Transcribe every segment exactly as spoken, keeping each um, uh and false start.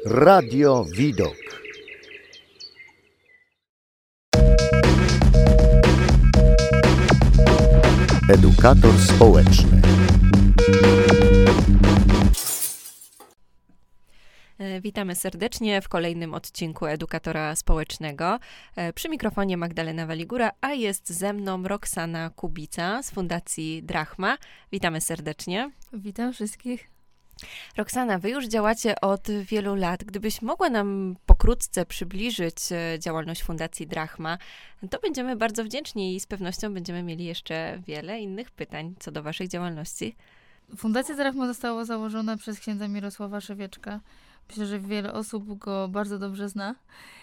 Radio Widok. Edukator społeczny. Witamy serdecznie w kolejnym odcinku Edukatora Społecznego. Przy mikrofonie Magdalena Waligura, a jest ze mną Roxana Kubica z Fundacji Drachma. Witamy serdecznie. Witam wszystkich. Roxana, wy już działacie od wielu lat. Gdybyś mogła nam pokrótce przybliżyć działalność Fundacji Drachma, to będziemy bardzo wdzięczni i z pewnością będziemy mieli jeszcze wiele innych pytań co do waszej działalności. Fundacja Drachma została założona przez księdza Mirosława Szewieczka. Myślę, że wiele osób go bardzo dobrze zna.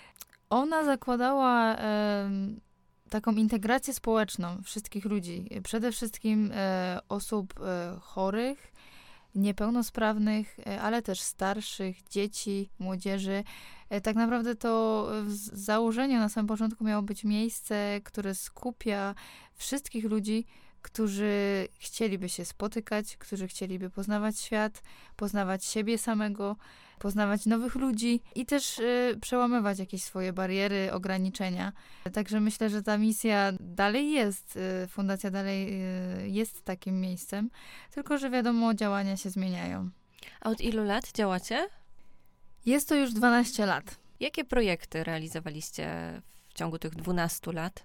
Ona zakładała e, taką integrację społeczną wszystkich ludzi. Przede wszystkim e, osób e, chorych, niepełnosprawnych, e, ale też starszych, dzieci, młodzieży. E, tak naprawdę to w założeniu na samym początku miało być miejsce, które skupia wszystkich ludzi, którzy chcieliby się spotykać, którzy chcieliby poznawać świat, poznawać siebie samego, poznawać nowych ludzi i też y, przełamywać jakieś swoje bariery, ograniczenia. Także myślę, że ta misja dalej jest, y, fundacja dalej y, jest takim miejscem, tylko że wiadomo, działania się zmieniają. A od ilu lat działacie? Jest to już dwanaście lat. Jakie projekty realizowaliście w ciągu tych dwunastu lat?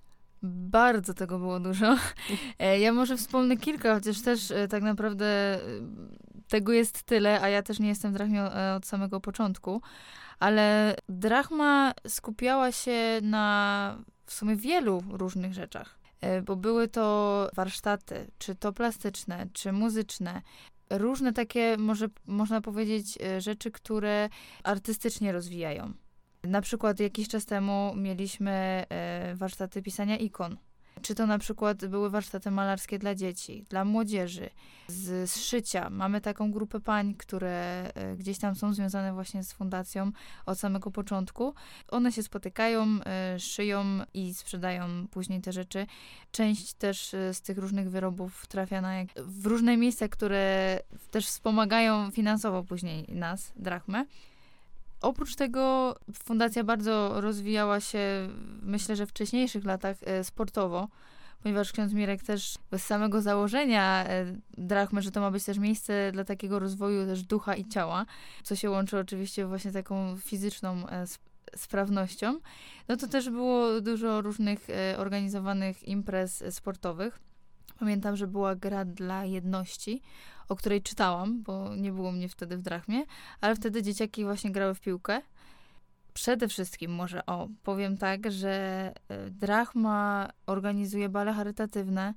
Bardzo tego było dużo. Ja może wspomnę kilka, chociaż też tak naprawdę tego jest tyle, a ja też nie jestem w Drachmie od samego początku, ale Drachma skupiała się na w sumie wielu różnych rzeczach, bo były to warsztaty, czy to plastyczne, czy muzyczne, różne takie, może można powiedzieć, rzeczy, które artystycznie rozwijają. Na przykład jakiś czas temu mieliśmy e, warsztaty pisania ikon. Czy to na przykład były warsztaty malarskie dla dzieci, dla młodzieży, z, z szycia. Mamy taką grupę pań, które e, gdzieś tam są związane właśnie z fundacją od samego początku. One się spotykają, e, szyją i sprzedają później te rzeczy. Część też e, z tych różnych wyrobów trafia na jak, w różne miejsca, które też wspomagają finansowo później nas, Drachmę. Oprócz tego fundacja bardzo rozwijała się, myślę, że w wcześniejszych latach e, sportowo, ponieważ ksiądz Mirek też z samego założenia e, Drachmy, że to ma być też miejsce dla takiego rozwoju też ducha i ciała, co się łączy oczywiście właśnie taką fizyczną e, sp- sprawnością, no to też było dużo różnych e, organizowanych imprez e, sportowych. Pamiętam, że była gra dla jedności, o której czytałam, bo nie było mnie wtedy w Drachmie, ale wtedy dzieciaki właśnie grały w piłkę. Przede wszystkim może, o, powiem tak, że Drachma organizuje bale charytatywne,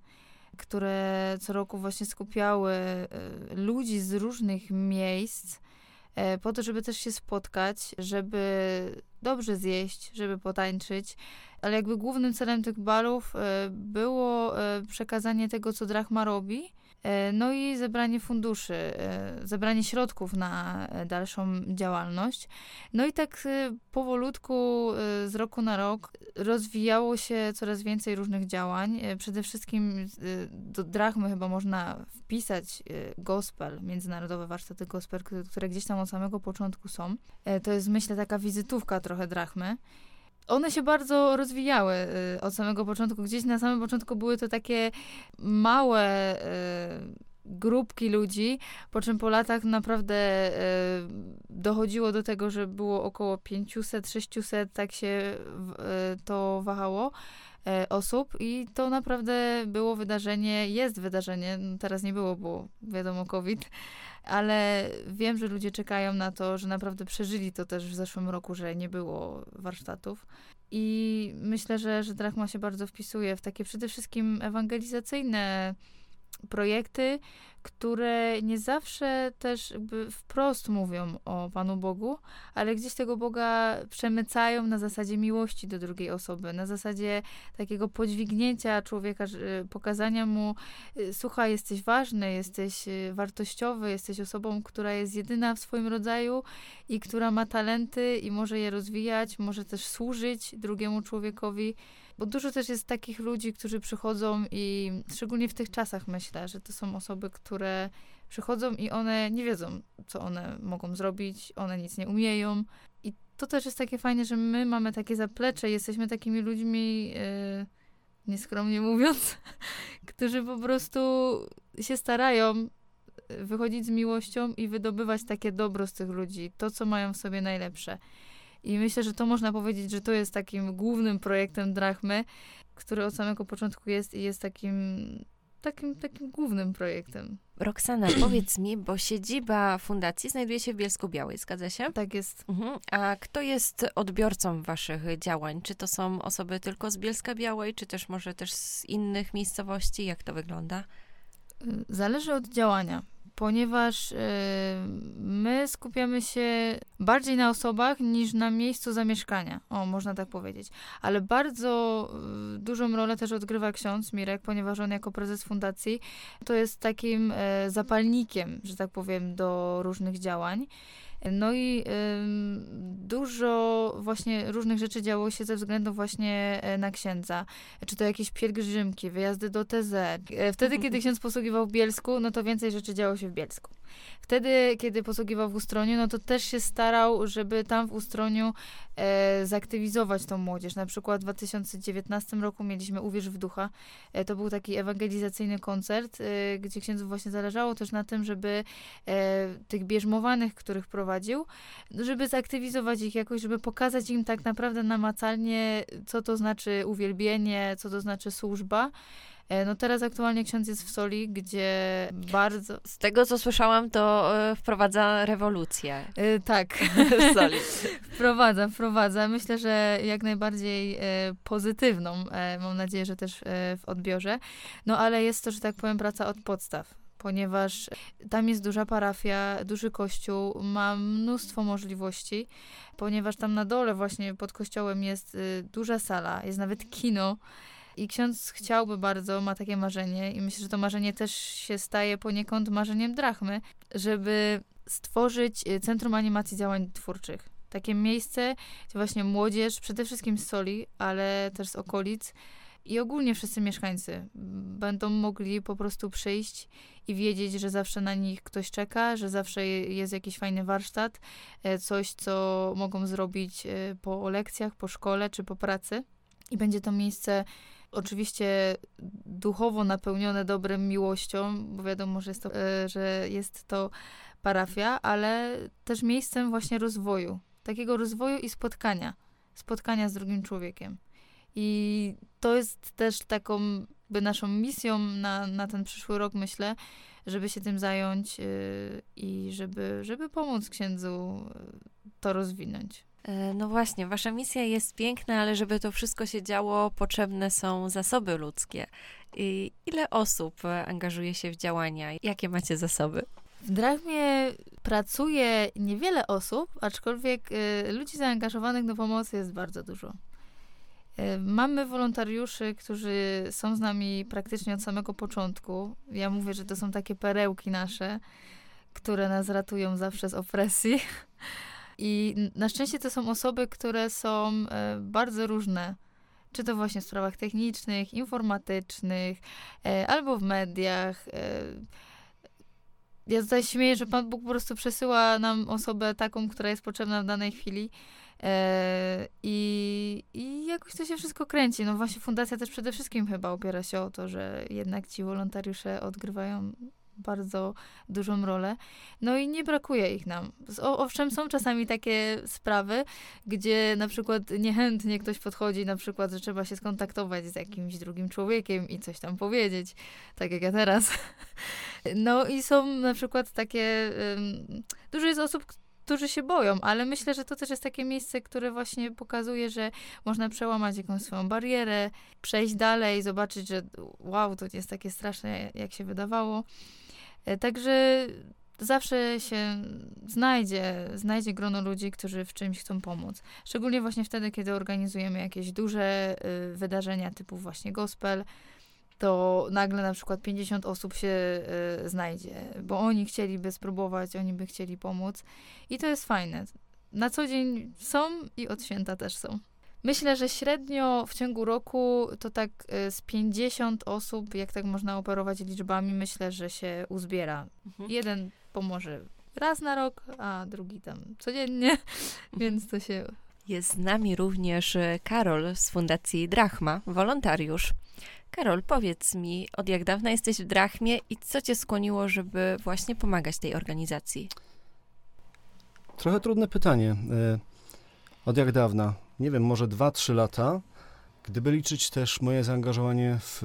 które co roku właśnie skupiały ludzi z różnych miejsc po to, żeby też się spotkać, żeby dobrze zjeść, żeby potańczyć. Ale jakby głównym celem tych balów było przekazanie tego, co Drachma robi, no i zebranie funduszy, zebranie środków na dalszą działalność. No i tak powolutku, z roku na rok rozwijało się coraz więcej różnych działań. Przede wszystkim do Drachmy chyba można wpisać gospel, międzynarodowe warsztaty gospel, które gdzieś tam od samego początku są. To jest, myślę, taka wizytówka trochę Drachmy. One się bardzo rozwijały y, od samego początku. Gdzieś na samym początku były to takie małe y, grupki ludzi, po czym po latach naprawdę y, dochodziło do tego, że było około pięćset sześćset, tak się y, to wahało y, osób i to naprawdę było wydarzenie, jest wydarzenie, no teraz nie było, bo wiadomo COVID, ale wiem, że ludzie czekają na to, że naprawdę przeżyli to też w zeszłym roku, że nie było warsztatów. I myślę, że, że Drachma się bardzo wpisuje w takie przede wszystkim ewangelizacyjne projekty, które nie zawsze też jakby wprost mówią o Panu Bogu, ale gdzieś tego Boga przemycają na zasadzie miłości do drugiej osoby, na zasadzie takiego podźwignięcia człowieka, pokazania mu, słuchaj, jesteś ważny, jesteś wartościowy, jesteś osobą, która jest jedyna w swoim rodzaju i która ma talenty i może je rozwijać, może też służyć drugiemu człowiekowi. Bo dużo też jest takich ludzi, którzy przychodzą i szczególnie w tych czasach myślę, że to są osoby, które Przychodzą i one nie wiedzą, co one mogą zrobić, one nic nie umieją. I to też jest takie fajne, że my mamy takie zaplecze, jesteśmy takimi ludźmi, yy, nieskromnie mówiąc, którzy po prostu się starają wychodzić z miłością i wydobywać takie dobro z tych ludzi, to, co mają w sobie najlepsze. I myślę, że to można powiedzieć, że to jest takim głównym projektem Drachmy, który od samego początku jest i jest takim, takim, takim głównym projektem. Roxana, powiedz mi, bo siedziba fundacji znajduje się w Bielsku-Białej, zgadza się? Tak jest. Mhm. A kto jest odbiorcą waszych działań? Czy to są osoby tylko z Bielska-Białej, czy też może też z innych miejscowości? Jak to wygląda? Zależy od działania, ponieważ y, my skupiamy się bardziej na osobach niż na miejscu zamieszkania. O, można tak powiedzieć. Ale bardzo y, dużą rolę też odgrywa ksiądz Mirek, ponieważ on jako prezes fundacji to jest takim y, zapalnikiem, że tak powiem, do różnych działań. No i y, dużo właśnie różnych rzeczy działo się ze względu właśnie na księdza. Czy to jakieś pielgrzymki, wyjazdy do T Z. Wtedy, kiedy ksiądz posługiwał w Bielsku, no to więcej rzeczy działo się w Bielsku. Wtedy, kiedy posługiwał w Ustroniu, no to też się starał, żeby tam w Ustroniu e, zaktywizować tą młodzież. Na przykład w dwa tysiące dziewiętnastym roku mieliśmy Uwierz w Ducha. E, to był taki ewangelizacyjny koncert, e, gdzie księdzu właśnie zależało też na tym, żeby e, tych bierzmowanych, których prowadził, żeby zaktywizować ich jakoś, żeby pokazać im tak naprawdę namacalnie, co to znaczy uwielbienie, co to znaczy służba. No teraz aktualnie ksiądz jest w Soli, gdzie bardzo... Z tego, co słyszałam, to y, wprowadza rewolucję. Y, tak. w Soli. wprowadza, wprowadza. Myślę, że jak najbardziej y, pozytywną. Y, mam nadzieję, że też y, w odbiorze. No ale jest to, że tak powiem, praca od podstaw. Ponieważ tam jest duża parafia, duży kościół, ma mnóstwo możliwości, ponieważ tam na dole właśnie pod kościołem jest y, duża sala, jest nawet kino. I ksiądz chciałby bardzo, ma takie marzenie i myślę, że to marzenie też się staje poniekąd marzeniem Drachmy, żeby stworzyć Centrum Animacji Działań Twórczych. Takie miejsce, gdzie właśnie młodzież, przede wszystkim z Soli, ale też z okolic i ogólnie wszyscy mieszkańcy będą mogli po prostu przyjść i wiedzieć, że zawsze na nich ktoś czeka, że zawsze jest jakiś fajny warsztat, coś, co mogą zrobić po lekcjach, po szkole czy po pracy. I będzie to miejsce oczywiście duchowo napełnione dobrem, miłością, bo wiadomo, że jest to, że jest to parafia, ale też miejscem właśnie rozwoju. Takiego rozwoju i spotkania. Spotkania z drugim człowiekiem. I to jest też taką by naszą misją na, na ten przyszły rok, myślę, żeby się tym zająć yy, i żeby, żeby pomóc księdzu to rozwinąć. No właśnie, wasza misja jest piękna, ale żeby to wszystko się działo, potrzebne są zasoby ludzkie. I ile osób angażuje się w działania? Jakie macie zasoby? W Drachmie pracuje niewiele osób, aczkolwiek y, ludzi zaangażowanych do pomocy jest bardzo dużo. Y, mamy wolontariuszy, którzy są z nami praktycznie od samego początku. Ja mówię, że to są takie perełki nasze, które nas ratują zawsze z opresji. I na szczęście to są osoby, które są e, bardzo różne. Czy to właśnie w sprawach technicznych, informatycznych, e, albo w mediach. E, ja tutaj śmieję, że Pan Bóg po prostu przesyła nam osobę taką, która jest potrzebna w danej chwili. E, i, I jakoś to się wszystko kręci. No właśnie fundacja też przede wszystkim chyba opiera się o to, że jednak ci wolontariusze odgrywają bardzo dużą rolę. No i nie brakuje ich nam. O, owszem, są czasami takie sprawy, gdzie na przykład niechętnie ktoś podchodzi, na przykład, że trzeba się skontaktować z jakimś drugim człowiekiem i coś tam powiedzieć, tak jak ja teraz. No i są na przykład takie... Um, dużo jest osób, którzy się boją, ale myślę, że to też jest takie miejsce, które właśnie pokazuje, że można przełamać jakąś swoją barierę, przejść dalej, zobaczyć, że wow, to nie jest takie straszne, jak się wydawało. Także zawsze się znajdzie, znajdzie grono ludzi, którzy w czymś chcą pomóc. Szczególnie właśnie wtedy, kiedy organizujemy jakieś duże y, wydarzenia typu właśnie gospel, to nagle na przykład pięćdziesiąt osób się y, znajdzie, bo oni chcieliby spróbować, oni by chcieli pomóc i to jest fajne. Na co dzień są i od święta też są. Myślę, że średnio w ciągu roku to tak y, z pięćdziesiąt osób, jak tak można operować liczbami, myślę, że się uzbiera. Mhm. Jeden pomoże raz na rok, a drugi tam codziennie, więc to się... Jest z nami również Karol z Fundacji Drachma, wolontariusz. Karol, powiedz mi, od jak dawna jesteś w Drachmie i co cię skłoniło, żeby właśnie pomagać tej organizacji? Trochę trudne pytanie. Od jak dawna? Nie wiem, może dwa trzy lata. Gdyby liczyć też moje zaangażowanie w,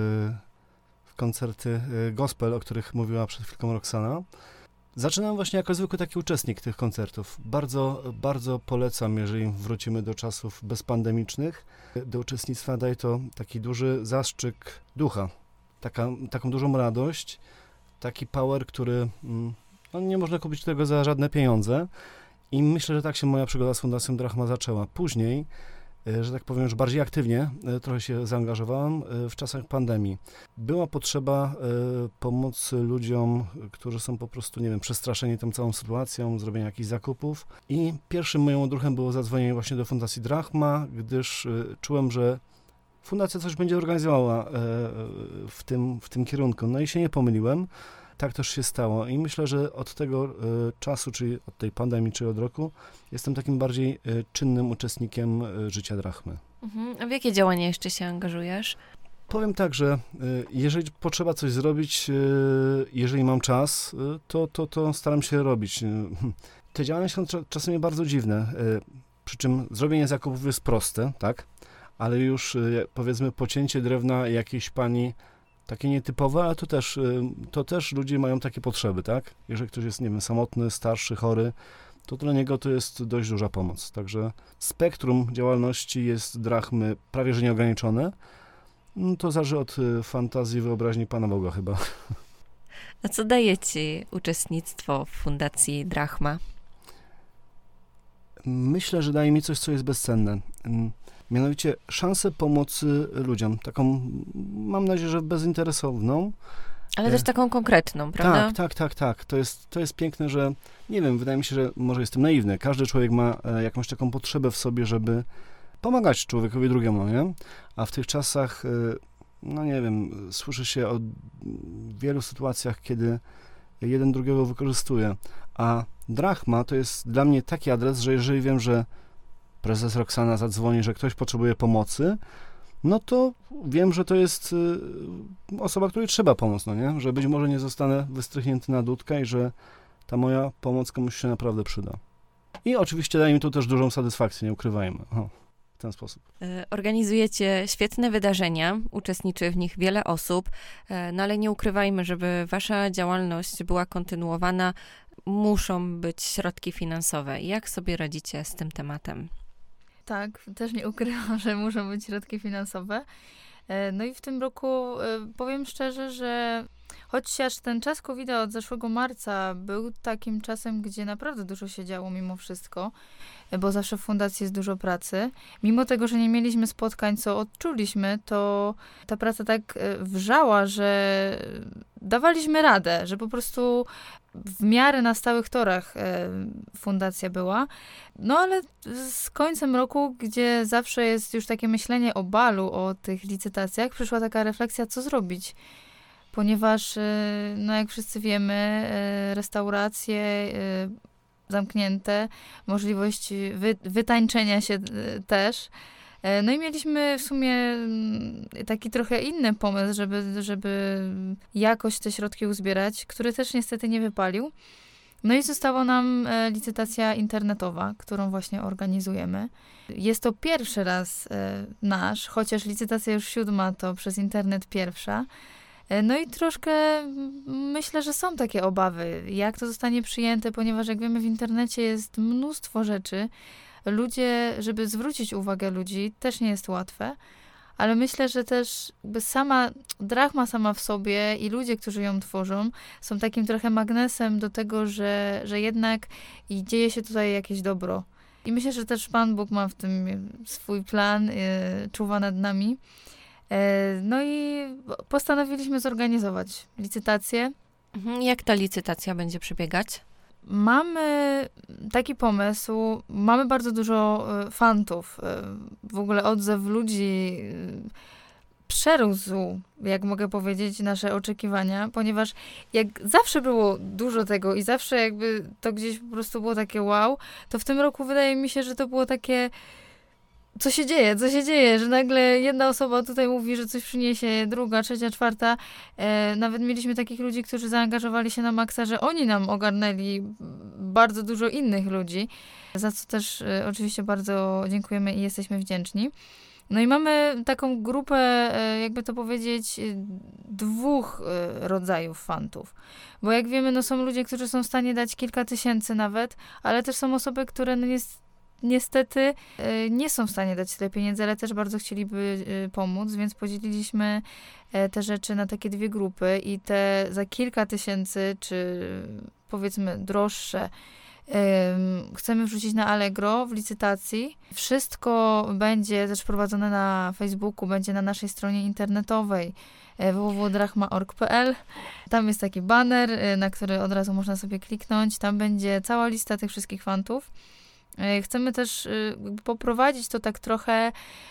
w koncerty gospel, o których mówiła przed chwilką Roxana. Zaczynam właśnie jako zwykły taki uczestnik tych koncertów. Bardzo, bardzo polecam, jeżeli wrócimy do czasów bezpandemicznych. Do uczestnictwa daje to taki duży zastrzyk ducha, taka, taką dużą radość, taki power, który no, nie można kupić tego za żadne pieniądze. I myślę, że tak się moja przygoda z Fundacją Drachma zaczęła. Później, że tak powiem, już bardziej aktywnie trochę się zaangażowałem w czasach pandemii. Była potrzeba pomocy ludziom, którzy są po prostu, nie wiem, przestraszeni tą całą sytuacją, zrobienia jakichś zakupów. I pierwszym moim odruchem było zadzwonienie właśnie do Fundacji Drachma, gdyż czułem, że fundacja coś będzie organizowała w tym, w tym kierunku. No i się nie pomyliłem. Tak też się stało i myślę, że od tego y, czasu, czyli od tej pandemii, czy od roku, jestem takim bardziej y, czynnym uczestnikiem y, życia Drachmy. Mhm. A w jakie działania jeszcze się angażujesz? Powiem tak, że y, jeżeli potrzeba coś zrobić, y, jeżeli mam czas, y, to, to, to staram się robić. Y, te działania są cza- czasami bardzo dziwne, y, przy czym zrobienie zakupów jest proste, tak? Ale już y, powiedzmy pocięcie drewna jakiejś pani takie nietypowe, ale to też, to też ludzie mają takie potrzeby, tak? Jeżeli ktoś jest, nie wiem, samotny, starszy, chory, to dla niego to jest dość duża pomoc. Także spektrum działalności jest Drachmy prawie że nieograniczone. To zależy od fantazji, wyobraźni Pana Boga chyba. A co daje ci uczestnictwo w Fundacji Drachma? Myślę, że daje mi coś, co jest bezcenne. Mianowicie szansę pomocy ludziom. Taką, mam nadzieję, że bezinteresowną. Ale też taką konkretną, prawda? Tak, tak, tak, tak. To jest, to jest piękne, że, nie wiem, wydaje mi się, że może jestem naiwny. Każdy człowiek ma e, jakąś taką potrzebę w sobie, żeby pomagać człowiekowi drugiemu, nie? A w tych czasach, e, no nie wiem, słyszy się o wielu sytuacjach, kiedy jeden drugiego wykorzystuje. A Drachma to jest dla mnie taki adres, że jeżeli wiem, że prezes Roxana zadzwoni, że ktoś potrzebuje pomocy, no to wiem, że to jest y, osoba, której trzeba pomóc, no nie? Że być może nie zostanę wystrychnięty na dudkę i że ta moja pomoc komuś się naprawdę przyda. I oczywiście daje mi to też dużą satysfakcję, nie ukrywajmy. O, w ten sposób. Organizujecie świetne wydarzenia, uczestniczy w nich wiele osób, no ale nie ukrywajmy, żeby wasza działalność była kontynuowana, muszą być środki finansowe. Jak sobie radzicie z tym tematem? Tak, też nie ukrywam, że muszą być środki finansowe. No i w tym roku powiem szczerze, że chociaż ten czas kowida od zeszłego marca był takim czasem, gdzie naprawdę dużo się działo mimo wszystko, bo zawsze w fundacji jest dużo pracy. Mimo tego, że nie mieliśmy spotkań, co odczuliśmy, to ta praca tak wrzała, że dawaliśmy radę, że po prostu w miarę na stałych torach fundacja była. No ale z końcem roku, gdzie zawsze jest już takie myślenie o balu, o tych licytacjach, przyszła taka refleksja, co zrobić. Ponieważ, no jak wszyscy wiemy, restauracje zamknięte, możliwość wy, wytańczenia się też. No i mieliśmy w sumie taki trochę inny pomysł, żeby, żeby jakoś te środki uzbierać, który też niestety nie wypalił. No i została nam licytacja internetowa, którą właśnie organizujemy. Jest to pierwszy raz nasz, chociaż licytacja już siódma, to przez internet pierwsza. No i troszkę myślę, że są takie obawy, jak to zostanie przyjęte, ponieważ jak wiemy, w internecie jest mnóstwo rzeczy. Ludzie, żeby zwrócić uwagę ludzi, też nie jest łatwe, ale myślę, że też jakby sama Drachma sama w sobie i ludzie, którzy ją tworzą, są takim trochę magnesem do tego, że, że jednak i dzieje się tutaj jakieś dobro. I myślę, że też Pan Bóg ma w tym swój plan, yy, czuwa nad nami. No i postanowiliśmy zorganizować licytację. Jak ta licytacja będzie przebiegać? Mamy taki pomysł, mamy bardzo dużo y, fantów. Y, w ogóle odzew ludzi y, przerósł, jak mogę powiedzieć, nasze oczekiwania, ponieważ jak zawsze było dużo tego i zawsze jakby to gdzieś po prostu było takie wow, to w tym roku wydaje mi się, że to było takie co się dzieje, co się dzieje, że nagle jedna osoba tutaj mówi, że coś przyniesie, druga, trzecia, czwarta. E, nawet mieliśmy takich ludzi, którzy zaangażowali się na maksa, że oni nam ogarnęli bardzo dużo innych ludzi, za co też e, oczywiście bardzo dziękujemy i jesteśmy wdzięczni. No i mamy taką grupę, e, jakby to powiedzieć, dwóch e, rodzajów fantów. Bo jak wiemy, no są ludzie, którzy są w stanie dać kilka tysięcy nawet, ale też są osoby, które no jest niestety y, nie są w stanie dać tyle pieniędzy, ale też bardzo chcieliby y, pomóc, więc podzieliliśmy y, te rzeczy na takie dwie grupy i te za kilka tysięcy, czy powiedzmy droższe, y, chcemy wrzucić na Allegro w licytacji. Wszystko będzie też prowadzone na Facebooku, będzie na naszej stronie internetowej w w w kropka drachma kropka org kropka p l. Tam jest taki baner, y, na który od razu można sobie kliknąć. Tam będzie cała lista tych wszystkich fantów. Chcemy też poprowadzić to tak trochę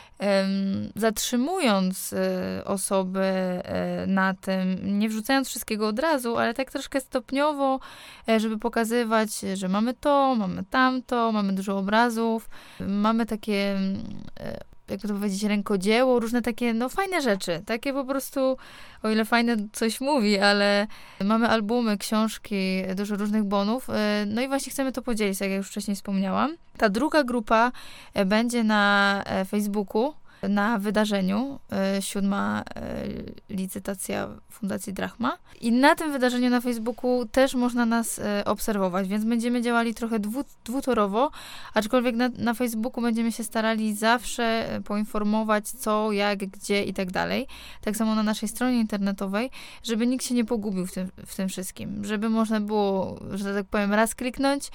um, zatrzymując y, osoby y, na tym, nie wrzucając wszystkiego od razu, ale tak troszkę stopniowo, y, żeby pokazywać, że mamy to, mamy tamto, mamy dużo obrazów, mamy takie y, jakby to powiedzieć, rękodzieło, różne takie, no fajne rzeczy, takie po prostu, o ile fajne coś mówi, ale mamy albumy, książki, dużo różnych bonów, no i właśnie chcemy to podzielić, jak ja już wcześniej wspomniałam. Ta druga grupa będzie na Facebooku, na wydarzeniu, y, siódma y, licytacja Fundacji Drachma. I na tym wydarzeniu na Facebooku też można nas y, obserwować, więc będziemy działali trochę dwu, dwutorowo, aczkolwiek na, na Facebooku będziemy się starali zawsze poinformować co, jak, gdzie i tak dalej. Tak samo na naszej stronie internetowej, żeby nikt się nie pogubił w tym, w tym wszystkim, żeby można było, że tak powiem, raz kliknąć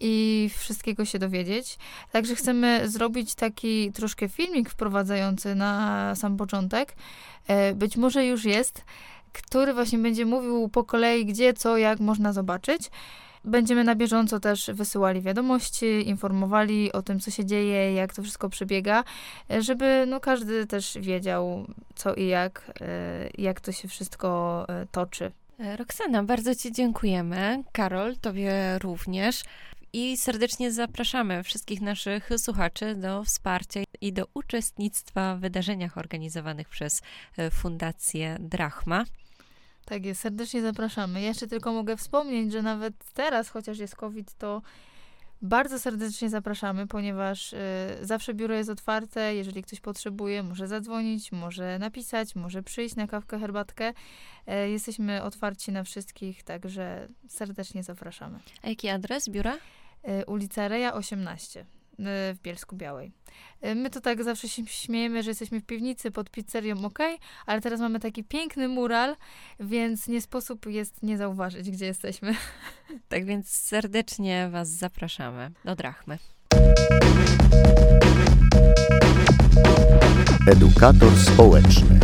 i wszystkiego się dowiedzieć. Także chcemy zrobić taki troszkę filmik wprowadzający na sam początek, być może już jest, który właśnie będzie mówił po kolei, gdzie, co, jak można zobaczyć. Będziemy na bieżąco też wysyłali wiadomości, informowali o tym, co się dzieje, jak to wszystko przebiega, żeby no, każdy też wiedział, co i jak, jak to się wszystko toczy. Roxana, bardzo Ci dziękujemy. Karol, Tobie również. I serdecznie zapraszamy wszystkich naszych słuchaczy do wsparcia i do uczestnictwa w wydarzeniach organizowanych przez Fundację Drachma. Tak jest, serdecznie zapraszamy. Ja jeszcze tylko mogę wspomnieć, że nawet teraz, chociaż jest COVID, to bardzo serdecznie zapraszamy, ponieważ y, zawsze biuro jest otwarte. Jeżeli ktoś potrzebuje, może zadzwonić, może napisać, może przyjść na kawkę, herbatkę. Y, jesteśmy otwarci na wszystkich, także serdecznie zapraszamy. A jaki adres biura? Y, ulica Reja osiemnaście y, w Bielsku Białej. Y, my to tak zawsze się śmiejemy, że jesteśmy w piwnicy pod pizzerią OK, ale teraz mamy taki piękny mural, więc nie sposób jest nie zauważyć, gdzie jesteśmy. Tak więc serdecznie Was zapraszamy do Drachmy. Edukator społeczny.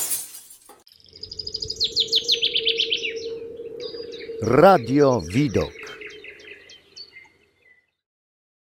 Radio Widok.